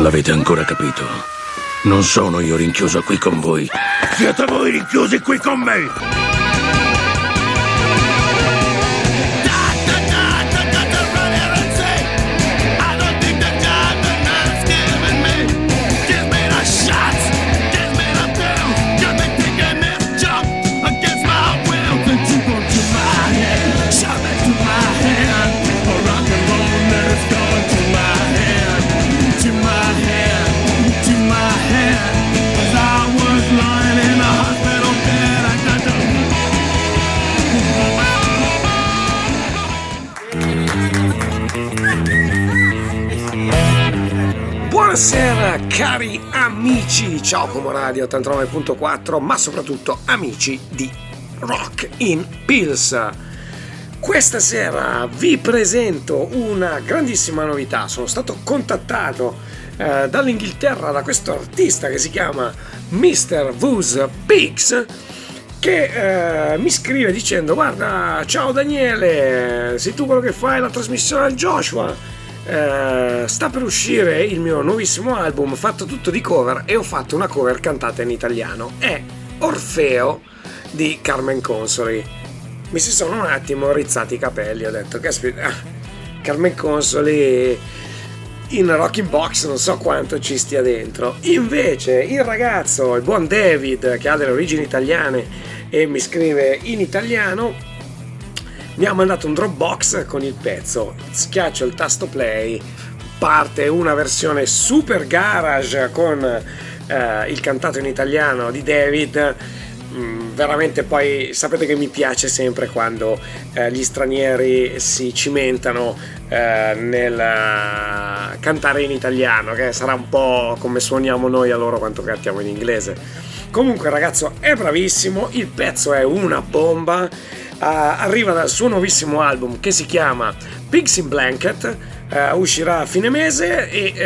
Non l'avete ancora capito. Non sono io rinchiuso qui con voi. Siete voi rinchiusi qui con me! Buonasera cari amici, ciao Como Radio 89.4, ma soprattutto amici di Rock in Pills. Questa sera vi presento una grandissima novità. Sono stato contattato dall'Inghilterra da questo artista che si chiama Mr. Who's Pigs, che mi scrive dicendo: guarda, ciao Daniele, sei tu quello che fai la trasmissione al Joshua? Sta per uscire il mio nuovissimo album fatto tutto di cover e ho fatto una cover cantata in italiano. È Orfeo di Carmen Consoli. Mi si sono un attimo rizzati i capelli, ho detto caspita, Carmen Consoli in Rocking Box non so quanto ci stia dentro. Invece il ragazzo, il buon David, che ha delle origini italiane e mi scrive in italiano, mi ha mandato un Dropbox con il pezzo. Schiaccio il tasto play, parte una versione super garage con il cantato in italiano di David. Veramente, poi sapete che mi piace sempre quando gli stranieri si cimentano nel cantare in italiano, che sarà un po' come suoniamo noi a loro quanto cantiamo in inglese. Comunque il ragazzo è bravissimo, il pezzo è una bomba. Arriva dal suo nuovissimo album che si chiama Pigs in Blanket, uscirà a fine mese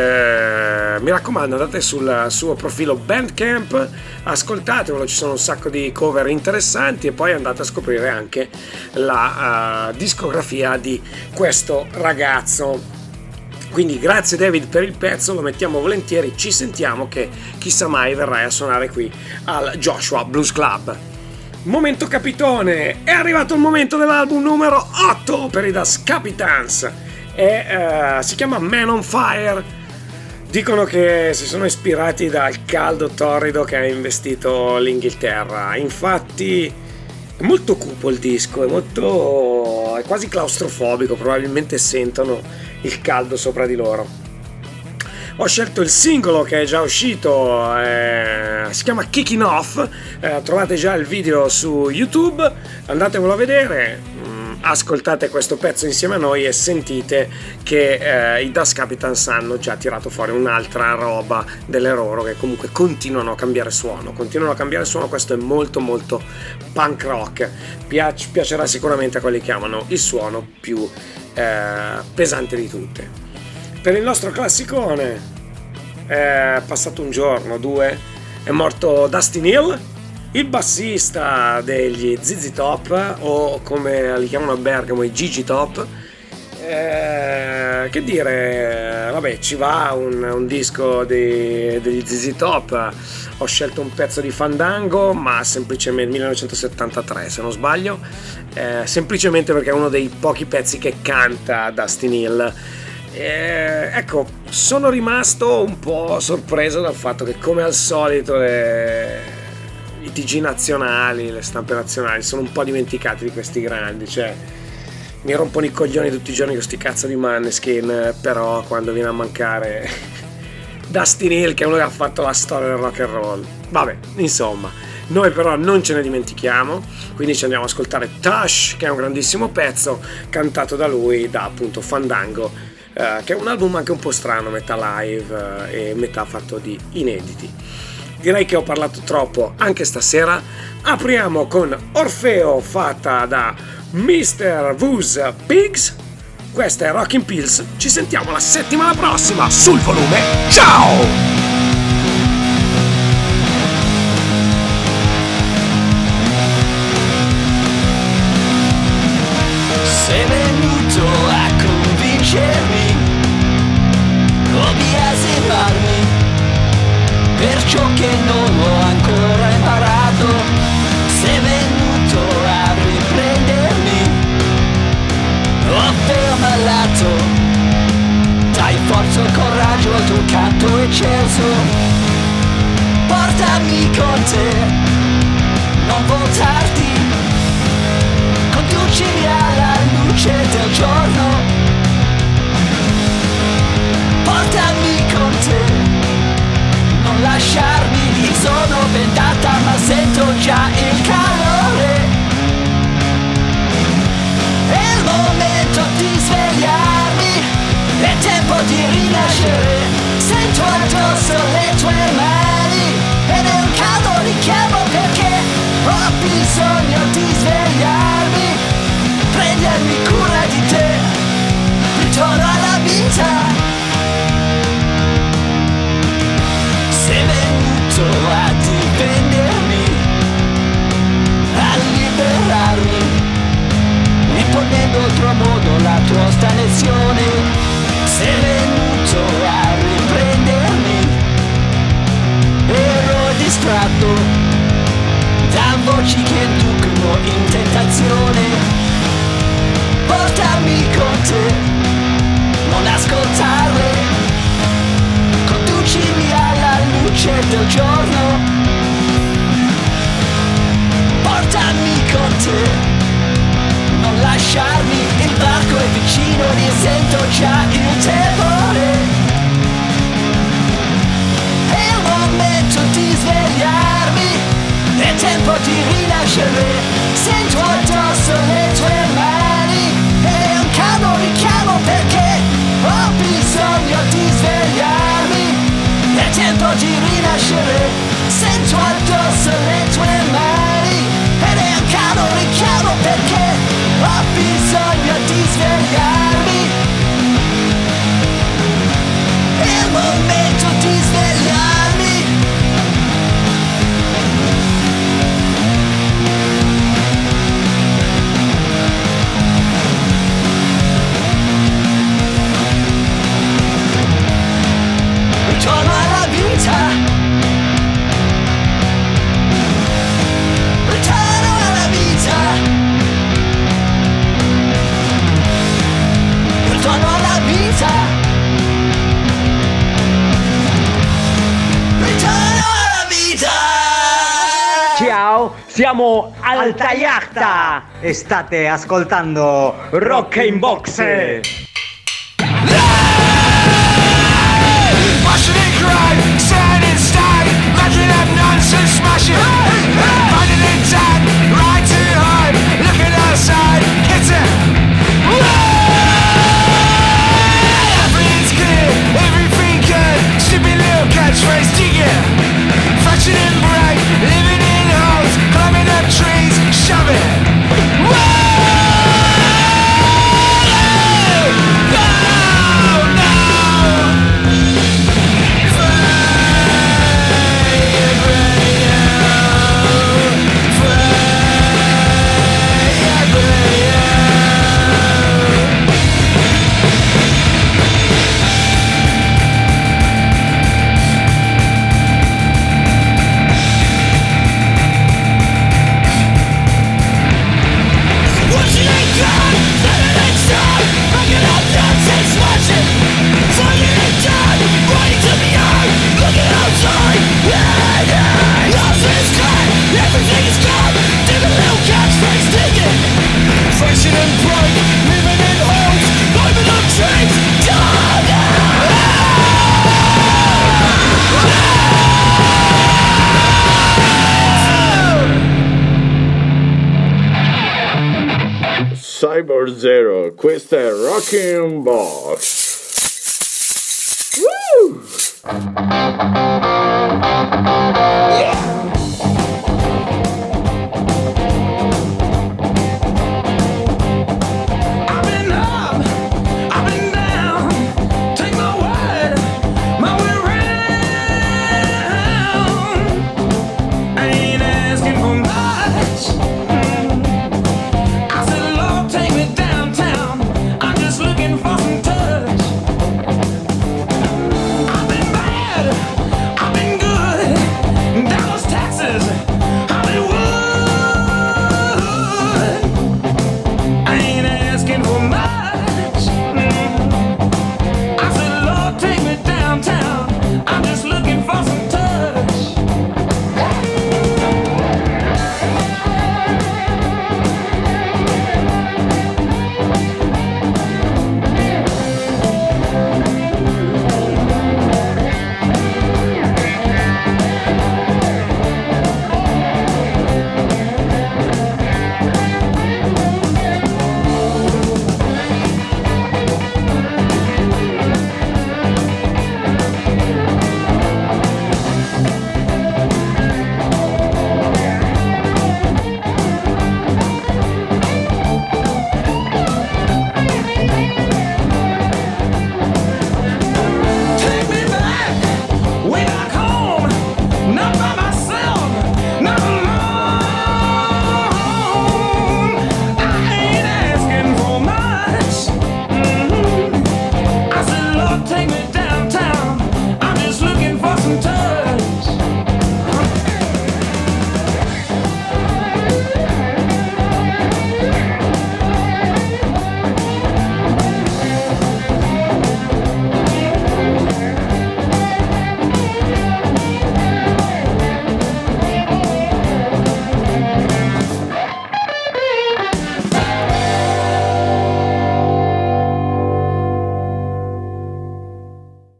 e mi raccomando, andate sul suo profilo Bandcamp, ascoltatevelo, ci sono un sacco di cover interessanti e poi andate a scoprire anche la discografia di questo ragazzo. Quindi grazie David per il pezzo, lo mettiamo volentieri, ci sentiamo che chissà mai verrai a suonare qui al Joshua Blues Club. Momento capitone, è arrivato il momento dell'album numero 8 per i Das Capitans e si chiama Man on Fire. Dicono che si sono ispirati dal caldo torrido che ha investito l'Inghilterra. Infatti è molto cupo il disco, è quasi claustrofobico, probabilmente sentono il caldo sopra di loro. Ho scelto il singolo che è già uscito, si chiama Kicking Off, trovate già il video su YouTube, andatevelo a vedere, ascoltate questo pezzo insieme a noi e sentite che i Das Capitans hanno già tirato fuori un'altra roba delle loro, che comunque continuano a cambiare suono, questo è molto molto punk rock, piacerà sicuramente a quelli che amano il suono più pesante di tutte. Per il nostro classicone è passato un giorno, due, è morto Dustin Hill, il bassista degli ZZ Top, o come li chiamano a Bergamo i Gigi Top. Che dire, vabbè, ci va un disco degli ZZ Top. Ho scelto un pezzo di Fandango, ma semplicemente 1973 se non sbaglio, semplicemente perché è uno dei pochi pezzi che canta Dustin Hill. Ecco, sono rimasto un po' sorpreso dal fatto che, come al solito, i TG nazionali, le stampe nazionali sono un po' dimenticati di questi grandi. Cioè, mi rompono i coglioni tutti i giorni con sti cazzo di Maneskin, però quando viene a mancare Dustin Hill, che è uno che ha fatto la storia del rock and roll, vabbè, insomma, noi però non ce ne dimentichiamo, quindi ci andiamo ad ascoltare Tush, che è un grandissimo pezzo cantato da lui, da appunto Fandango, che è un album anche un po' strano, metà live e metà fatto di inediti. Direi che ho parlato troppo anche stasera. Apriamo con Orfeo, fatta da Mr. Who's Pigs. Questa è Rockin' Pills, ci sentiamo la settimana prossima sul volume. Ciao! Sei venuto a convincermi o biasimarmi. per ciò che non ho ancora imparato. Sei venuto a riprendermi, offro allato, dai forza e coraggio al tuo canto eccelso. Portami con te, non voltarti, conducimi alla luce del giorno. Portami con te, non lasciarmi, sono bendata ma sento già il calore. È il momento di svegliarmi, è tempo di rinascere. Sento addosso le tue mani ed è un caldo richiamo perché ho bisogno di svegliarmi, prendermi cura di te, ritorno alla vita. Sei venuto a difendermi, a liberarmi, imponendo a tuo modo la tua stazione. Sei venuto a riprendermi, ero distratto da voci che inducono in tentazione. Portami con te, non ascoltarle, conducimi alla luce del giorno. Portami con te, non lasciarmi, il varco è vicino e sento già il terrore. È il momento di svegliarmi, è tempo di rinascere. Sento addosso le tue mani ed è un caldo richiamo perché ho bisogno di svegliarmi, è tempo di rinascere. Sento addosso le tue mani ed è un caldo richiamo perché ho bisogno di svegliarmi. È il momento di svegliarmi. Ritorno alla vita. Ritorno alla vita. Ritorno alla vita. Ritorno alla vita. Ciao, siamo Alta Yachta e state ascoltando Rock in Box. Washing and crying, standing and staring, matching up nonsense, smashing, finding it tight, right too hard, looking outside, hits it. Everything's good, everything good, stupid little catchphrase, dig it. Fashion and bright, living in homes, climbing up trees, shoving. Cyber Zero, questa è Rockin' Box. Woo! Yeah.